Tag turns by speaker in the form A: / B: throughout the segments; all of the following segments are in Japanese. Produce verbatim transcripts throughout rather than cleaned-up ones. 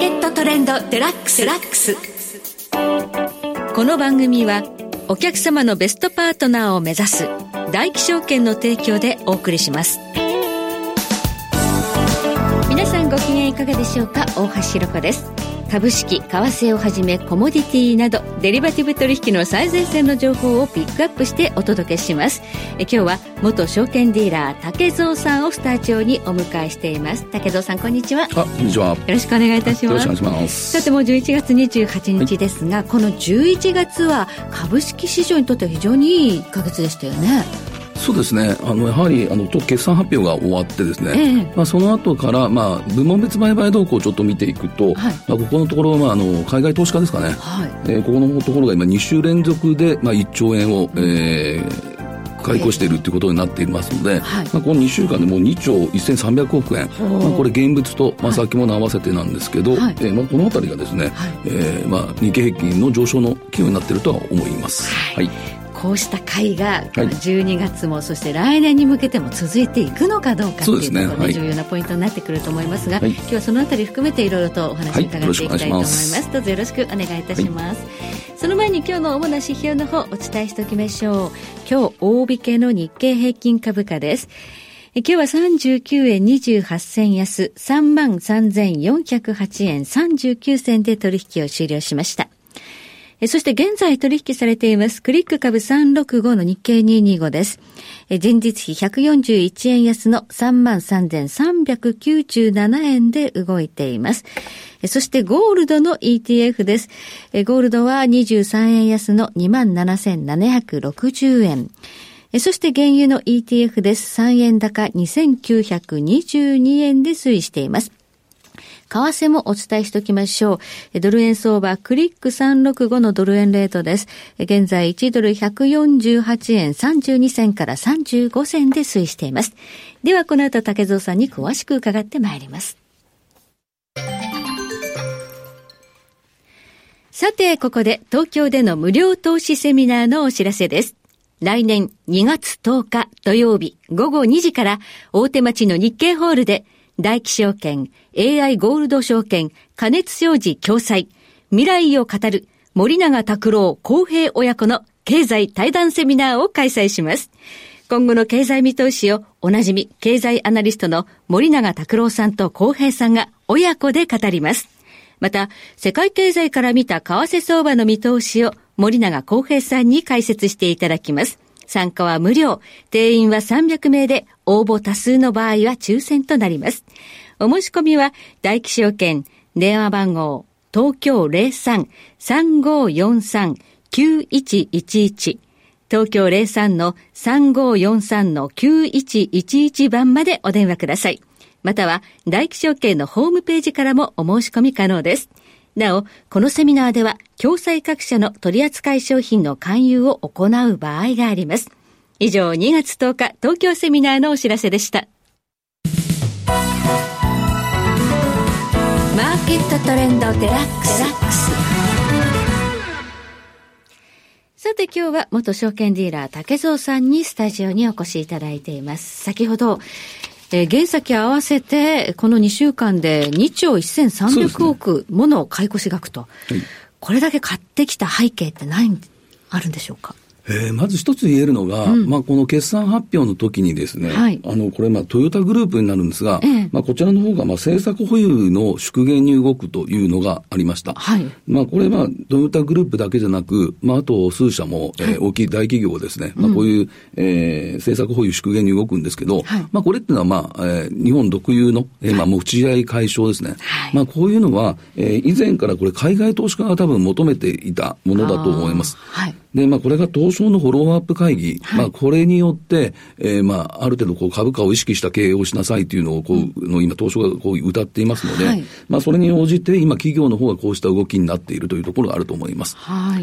A: ケットトレンドデラックス。デラックス。この番組はお客様のベストパートナーを目指す大気証券の提供でお送りします。皆さんご機嫌いかがでしょうか。大橋ひろ子です。株式、為替をはじめコモディティなどデリバティブ取引の最前線の情報をピックアップしてお届けします。え今日は元証券ディーラー竹蔵さんをスタジオにお迎えしています。竹蔵さん、こんにちは。
B: あ、こんにちは。よ
A: ろしくお願いいたします。
B: よろしくお願いします。
A: さて、もうじゅういちがつにじゅうはちにちですが、はい、このじゅういちがつは株式市場にとっては非常にいいいっかげつでしたよね。
B: そうですね。あのやはりあの決算発表が終わってですね、ええまあ、その後から、まあ、部門別売買動向をちょっと見ていくと、はいまあ、ここのところ、まあ、あの海外投資家ですかね、はいえー、ここのところが今に週連続で、まあ、いっちょうえんを、えー、買い越しているということになっていますので、はいまあ、このにしゅうかんでもうにちょうせんさんびゃくおくえん、まあ、これ現物と、まあ、先物合わせてなんですけど、はいえーまあ、このあたりがですね、はいえーまあ、日経平均の上昇の基本になっているとは思います。はい、はい
A: こうした買いがじゅうにがつも、はい、そして来年に向けても続いていくのかどうかというのが、ねはい、重要なポイントになってくると思いますが、はい、今日はそのあたり含めていろいろとお話を伺っていきたいと思います。はい、どうぞよろしくお願いいたします。はい、その前に今日の主な指標の方お伝えしておきましょう。今日大引けの日経平均株価です。今日はさんじゅうきゅうえんにじゅうはち銭安 さんまんさんぜんよんひゃくはちえんさんじゅうきゅう銭で取引を終了しました。そして現在取引されていますクリック株さんろくごの日経にひゃくにじゅうごです。前日比ひゃくよんじゅういちえん安の さんまんさんぜんさんびゃくきゅうじゅうななえんで動いています。そしてゴールドの イーティーエフ です。ゴールドはにじゅうさんえん安の にまんななせんななひゃくろくじゅうえん。そして原油の イーティーエフ です。さんえん高にせんきゅうひゃくにじゅうにえんで推移しています。為替もお伝えしておきましょう。ドル円相場クリックさんろくごのドル円レートです。現在いちドルひゃくよんじゅうはちえんさんじゅうに銭からさんじゅうご銭で推移しています。ではこの後竹蔵さんに詳しく伺ってまいります。さてここで東京での無料投資セミナーのお知らせです。来年にがつとおか土曜日ごごにじから大手町の日経ホールで大気証券、エーアイ ゴールド証券、加熱商事共催、未来を語る森永卓郎公平親子の経済対談セミナーを開催します。今後の経済見通しをおなじみ経済アナリストの森永卓郎さんと公平さんが親子で語ります。また、世界経済から見た為替相場の見通しを森永公平さんに解説していただきます。参加は無料、定員はさんびゃくめいで応募多数の場合は抽選となります。お申し込みは大気証券電話番号東京 ゼロさん さんごよんさん きゅういちいちいち 東京 ゼロさん の さんごよんさん の きゅういちいちいち 番までお電話ください。または大気証券のホームページからもお申し込み可能です。なお、このセミナーでは、共済各社の取扱商品の勧誘を行う場合があります。以上、にがつとおか東京セミナーのお知らせでした。マーケットトレンドデラックス。さて今日は元証券ディーラー竹蔵さんにスタジオにお越しいただいています。先ほど、えー、原先合わせてこのにしゅうかんでにちょうせんさんびゃくおくもの買い越し額と、ねはい、これだけ買ってきた背景って何あるんでしょうか。
B: えー、まず一つ言えるのが、うんまあ、この決算発表の時にですね、はい、あのこれまあトヨタグループになるんですが、ええまあ、こちらの方がまあ政策保有の縮減に動くというのがありました。はいまあ、これはトヨタグループだけじゃなく、まあ、あと数社も、えー、大きい大企業ですね、まあ、こういう、うんえー、政策保有縮減に動くんですけど、はいまあ、これっていうのは、まあえー、日本特有の、えーまあ、持ち合い解消ですね。はいまあ、こういうのは、えー、以前からこれ海外投資家が多分求めていたものだと思います。はいで、まあ、これが東証のフォローアップ会議、はい、まあ、これによって、えー、まあ、ある程度こう株価を意識した経営をしなさいというのを、こう、うん、の今、東証がこう歌っていますので、はい、まあ、それに応じて、今、企業の方がこうした動きになっているというところがあると思います。
A: はい。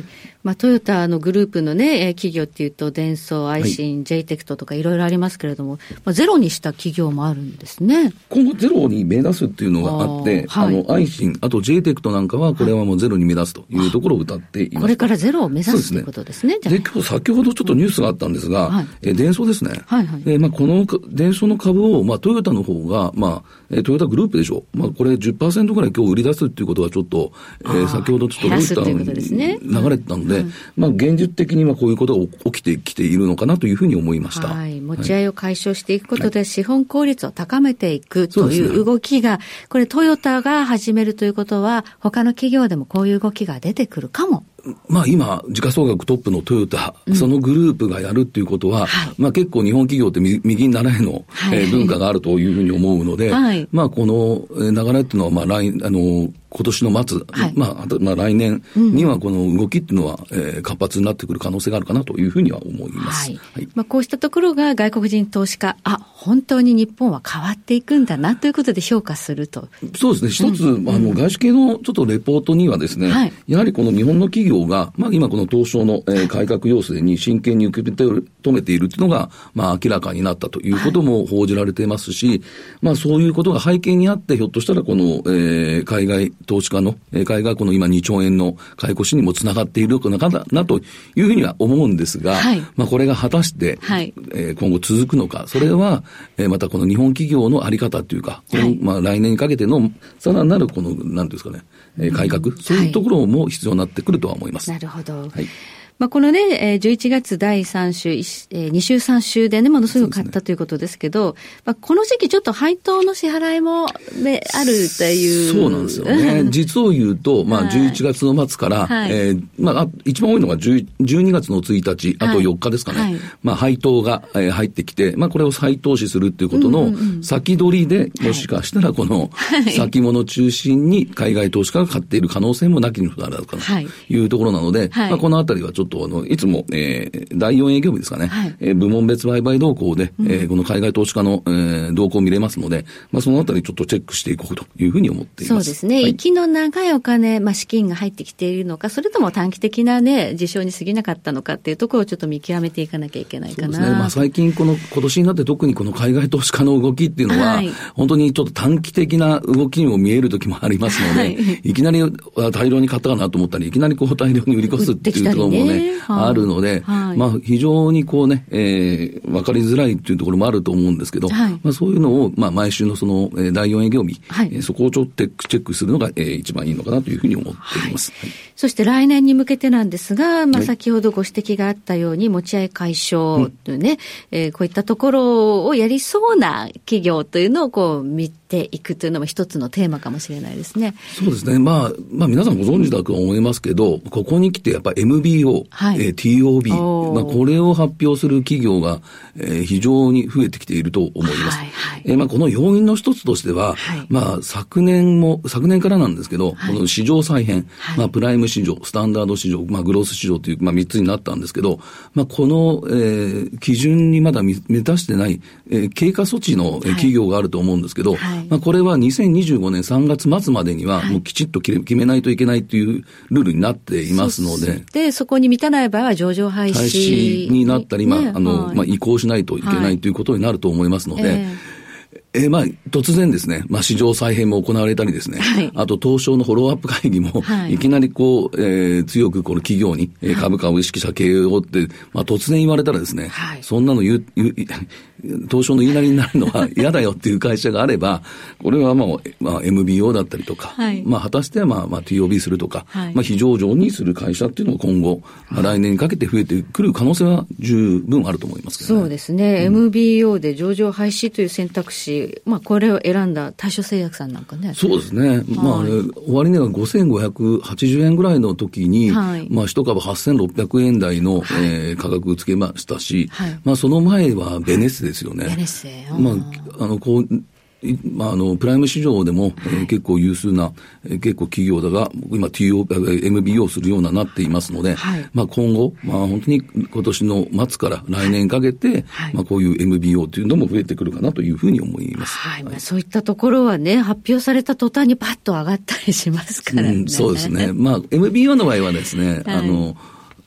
A: まあ、トヨタのグループのね、企業っていうと、デンソー、アイシン、はい、ジェイテクトとかいろいろありますけれども、まあ、ゼロにした企業もあるんですね。
B: 今後ゼロに目指すっていうのがあって、あ、はい、あの、アイシン、あと ジェイテクトなんかは、これはもうゼロに目指すというところを歌っています。
A: これからゼロを目指すということですね。
B: で、ね、今日先ほどちょっとニュースがあったんですが、はい、えデンソーですね。はいはい。えまあ、このデンソーの株を、まあ、トヨタの方が、まあ、トヨタグループでしょう。まあ、これ じゅっパーセント ぐらい今日売り出すっていうことはちょっと、えー、先ほどちょっとロイターに流れてたので、うん、まあ、現実的にはこういうことが起きてきているのかなというふうに思いました。
A: はい。持ち合いを解消していくことで資本効率を高めていくという動きが、これトヨタが始めるということは、他の企業でもこういう動きが出てくるかも。
B: まあ今、時価総額トップのトヨタ、うん、そのグループがやるっていうことは、はい、まあ結構日本企業って右に習えの、はい、えー、文化があるというふうに思うので、はい、まあこの流れっていうのは、まあ来、あの、今年の末、はい、まあ、まあ来年にはこの動きっていうのは、うん、えー、活発になってくる可能性があるかなというふうには思います。はい
A: はい、まあこうしたところが外国人投資家、あ、本当に日本は変わっていくんだなということで評価すると。
B: そうですね。一つ、うん、あの、外資系のちょっとレポートにはですね、はい、やはりこの日本の企業が、まあ今この東証の、えー、改革要請に真剣に受け止めているというのが、まあ明らかになったということも報じられていますし、はい、まあそういうことが背景にあって、ひょっとしたらこの、えー、海外投資家の、えー、海外この今にちょうえんの買い越しにもつながっているのかなというふうには思うんですが、はい、まあこれが果たして、はい、えー、今後続くのか、それは、えー、またこの日本企業のあり方というか、はい、まあ来年にかけてのさらなるこの、なんていうんですかね、えー、改革、うん、そういうところも必要になってくるとは思います。
A: なるほど。はい。まあ、このね、じゅういちがつだいさん週、に週さん週でね、ものすごく買ったということですけど、まあ、この時期ちょっと配当の支払いも、ね、あるという。
B: そうなんですよね。実を言うと、まあ、じゅういちがつの末から、はい、えー、まあ、一番多いのがじゅうにがつのついたち、あとよっかですかね。はい、まあ、配当が、えー、入ってきて、まあ、これを再投資するっていうことの先取りで、もしかしたらこの先物中心に海外投資家が買っている可能性もなきにしもあるかなというところなので、はい、まあ、このあたりはちょっとあの、いつも、えー、だいよん営業日ですかね、はい、えー、部門別売買動向で、うん、えー、この海外投資家の、えー、動向を見れますので、まあ、そのあたりちょっとチェックしていこうというふうに思っています。
A: そうですね。はい、息の長いお金、まあ、資金が入ってきているのか、それとも短期的なね、事象に過ぎなかったのかっていうところをちょっと見極めていかなきゃいけないかな。
B: そうですね。まあ、最近この、今年になって特にこの海外投資家の動きっていうのは、はい、本当にちょっと短期的な動きにも見える時もありますので、はい、いきなり大量に買ったかなと思ったり、いきなりこう大量に売り越すっていうところもね、はい、あるので、はい、まあ非常にこうね、えー、分かりづらいっていうところもあると思うんですけど、はい、まあそういうのを、まあ毎週のその、えー、だいよん営業日、はい、えー、そこをちょっとチェックするのが、えー、一番いいのかなというふうに思っています。はいはい、
A: そして来年に向けてなんですが、まあ先ほどご指摘があったように、持ち合い解消というね、うん、えー、こういったところをやりそうな企業というのをこう見ていくというのも一つのテーマかもしれないですね。
B: そうですね。まあ、まあ皆さんご存知だと思いますけど、ここに来てやっぱ エムビーオー、はい、えー、ティーオービー、まあこれを発表する企業が、えー、非常に増えてきていると思います。はいはい、えー、まあこの要因の一つとしては、はい、まあ昨年も、昨年からなんですけど、はい、この市場再編、はい、まあプライム市場、スタンダード市場、まあグロース市場という、まあみっつになったんですけど、まあこの、えー、基準にまだ満たしてない、えー、経過措置の企業があると思うんですけど、はいはい、まあこれはにせんにじゅうごねんさんがつ末までにはもうきちっと決めないといけないというルールになっていますので、
A: で、そこに満たない場合は上場廃止、
B: 廃止になったり、まあ、ね、あの、はい、まあ、移行しないといけないということになると思いますので、えーえー、まあ、突然ですね、まあ、市場再編も行われたりですね、はい、あと、東証のフォローアップ会議も、はい、いきなりこう、えー、強くこの企業に、えー、株価を意識した経営をって、まあ、突然言われたらですね、はい、そんなの言う、言う、東証の言いなりになるのは嫌だよっていう会社があれば、これはまあ、まあ、エムビーオー だったりとか、はい、まあ、果たしてはまあ、まあ、ティーオービー するとか、はい、まあ、非上場にする会社っていうのが今後、まあ、来年にかけて増えてくる可能性は十分あると思いますけどね。
A: そうですね、うん、エムビーオー で上場廃止という選択肢、まあ、これを選んだ大正製薬さんなんかね。
B: そうですね。はい、まあ、終値がごせんごひゃくはちじゅうえんぐらいの時に、はい、まあ、一株はっせんろっぴゃくえん台の、はい、えー、価格つけましたし、はい、まあ、その前はベネッセですよね。
A: ベネッセ。
B: まあ、あの、こう、まあ、あの、プライム市場でも、はい、えー、結構有数な、えー、結構企業だが、今 ティーオー、エムビーオー するようななっていますので、はい、まあ今後、まあ本当に今年の末から来年かけて、はい、まあこういう エムビーオー というのも増えてくるかなというふうに思います。
A: はい。はい、まあ、そういったところはね、発表された途端にパッと上がったりしますからね。
B: うん、そうですね。まあ エムビーオー の場合はですね、はい、あの、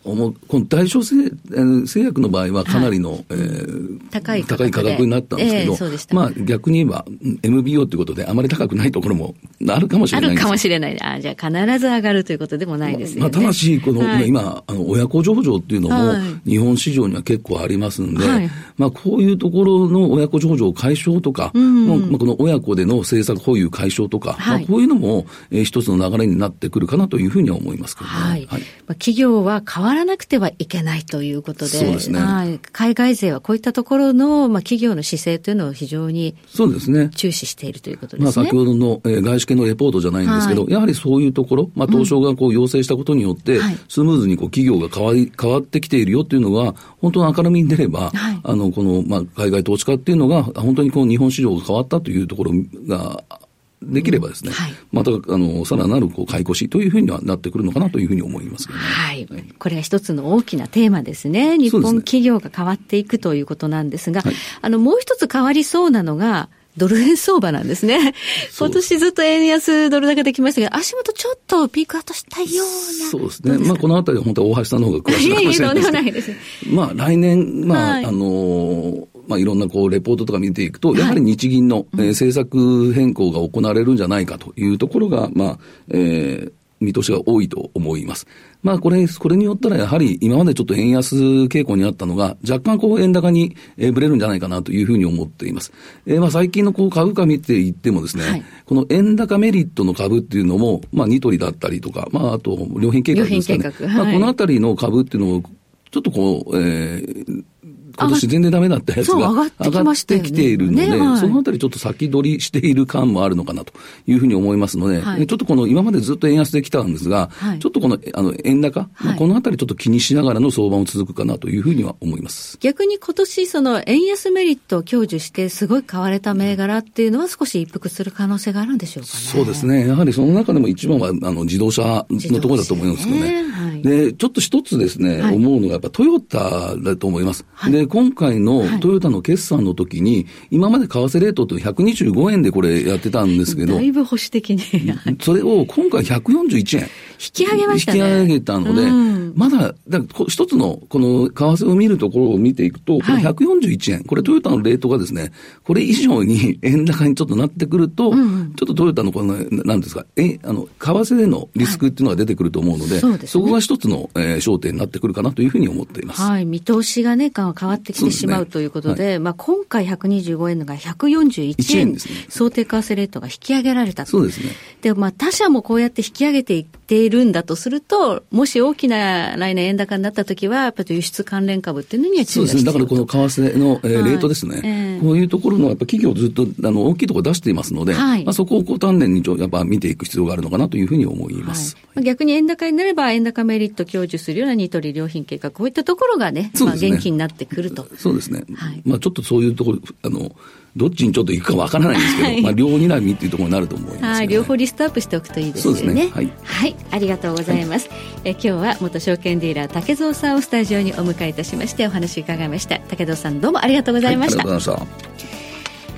B: この大正製薬の場合はかなりの、はいえー、
A: 高い価格
B: 高い価格になったんですけど、えー、まあ逆に言えば エムビーオー ということであまり高くないところもあるかもしれないです。
A: あるかもしれない。あじゃあ必ず上がるということでもないですよね。まあ、
B: ただしこの、はい、今あの親子上場っていうのも日本市場には結構ありますんで、はい、まあこういうところの親子上場解消とか、うんうんまあ、この親子での政策保有解消とか、はいまあ、こういうのも、えー、一つの流れになってくるかなというふうには思いますけどね。はいはい
A: まあ、企業は変わらなくてはいけないということで、
B: そうですね。
A: はい、海外勢はこういったところの、まあ、企業の姿勢というのを非常に
B: そうですね。
A: 注視しているということですね。
B: まあ、先ほどの、えー、外資系のレポートじゃないんですけど、はい、やはりそういうところ、まあ、東証がこう要請したことによって、うん、スムーズにこう企業が変わり、変わってきているよっていうのが、本当の明るみに出れば、はい、あの、この、まあ、海外投資家っていうのが、本当にこう日本市場が変わったというところが、できればですね、うんはい、またあのさらなるこう買い越しというふうにはなってくるのかなというふうに思いますけどね。
A: はい、はい、これが一つの大きなテーマですね。日本企業が変わっていくということなんですが、はい、あのもう一つ変わりそうなのがドル円相場なんですね。今年ずっと円安ドル高できましたけど、足元ちょっとピークアウトしたような。
B: そうですね。まあこのあたりは本当は大橋さんの方が詳しいかもしれないですけど。いやいや、とんでもないです。まあ来年、まあ、はい、あのー、まあ、いろんなこうレポートとか見ていくと、やはり日銀の、はいえー、政策変更が行われるんじゃないかというところが、まあ、えー、見通しが多いと思います。まあ、これ、これによったらやはり今までちょっと円安傾向にあったのが、若干こう円高に、えー、ぶれるんじゃないかなというふうに思っています。えー、まあ、最近のこう株価見ていってもですね、はい、この円高メリットの株っていうのも、まあ、ニトリだったりとか、まあ、あと、良品計画ですかね。はい、まあ、このあたりの株っていうのを、ちょっとこう、えー、今年全然ダメだったやつが上がってきているので、ねはい、そのあたりちょっと先取りしている感もあるのかなというふうに思いますので、はい、ちょっとこの今までずっと円安できたんですが、はい、ちょっとこの、あの円高、はいまあ、このあたりちょっと気にしながらの相場も続くかなというふうには思います。
A: 逆に今年その円安メリットを享受してすごい買われた銘柄っていうのは少し一服する可能性があるんでしょうかね。
B: そうですね。やはりその中でも一番はあの自動車のところだと思いますけどね。はい、で、ちょっと一つですね、はい、思うのがやっぱトヨタだと思います。はい、で、今回のトヨタの決算の時に、今まで為替レートってひゃくにじゅうごえんでこれやってたんですけど、
A: だいぶ保守的に。
B: それを今回ひゃくよんじゅういちえん。
A: 引き上げましたね。
B: 引き上げたので、うん、まだ、だ一つのこの為替を見るところを見ていくと、このひゃくよんじゅういちえん、これトヨタのレートがですね、これ以上に円高にちょっとなってくると、うん、ちょっとトヨタのこの、なんですか、え、あの、為替でのリスクっていうのが出てくると思うので、はい そ, でね、そこが一つの、えー、焦点になってくるかなというふうに思っています。
A: はい、見通しがね、変わってきてしまうということで、でねはい、まあ今回ひゃくにじゅうごえんのがひゃくよんじゅういちえん、ね、想定為替レートが引き上げられた。
B: そうですね。
A: で、まあ他社もこうやって引き上げていっているんだとすると、もし大きな来年円高になったときは、やっぱり輸出関連株っていうのには注意が必要。
B: そうですね。だからこの為替の、えー、レートですね、はいえー。こういうところのやっぱ企業ずっとあの大きいところ出していますので、はいまあ、そこをこう丹念にやっぱ見ていく必要があるのかなというふうに思います。
A: はい、逆に円高になれば円高メリット享受するようなニトリ良品計画、こういったところがね、まあ、元気になってくると。
B: そうですね。はい、まあちょっとそういうところ、あの、どっちにちょっと行くかわからないんですけど、はい、まあ両にらみっていうところになると思います、ね。はい、
A: 両方リストアップしておくといいですよね。そうですね。はい。はい、ありがとうございます。はい、え今日は元証券ディーラー竹蔵さんをスタジオにお迎えいたしましてお話伺いました。竹蔵さんどうもありがとうございました。
B: はい、ありがとうございました。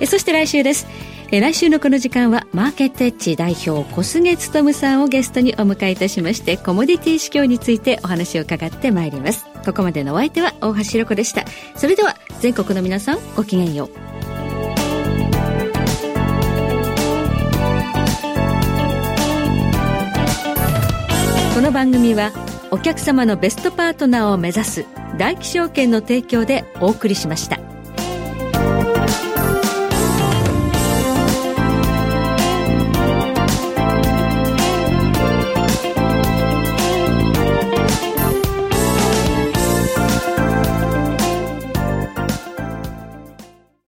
A: えそして来週です。え来週のこの時間はマーケットエッジ代表小菅勉さんをゲストにお迎えいたしまして、コモディティ指標についてお話を伺ってまいります。ここまでのお相手は大橋ひろ子でした。それでは全国の皆さんごきげんよう。この番組はお客様のベストパートナーを目指す大気証券の提供でお送りしました。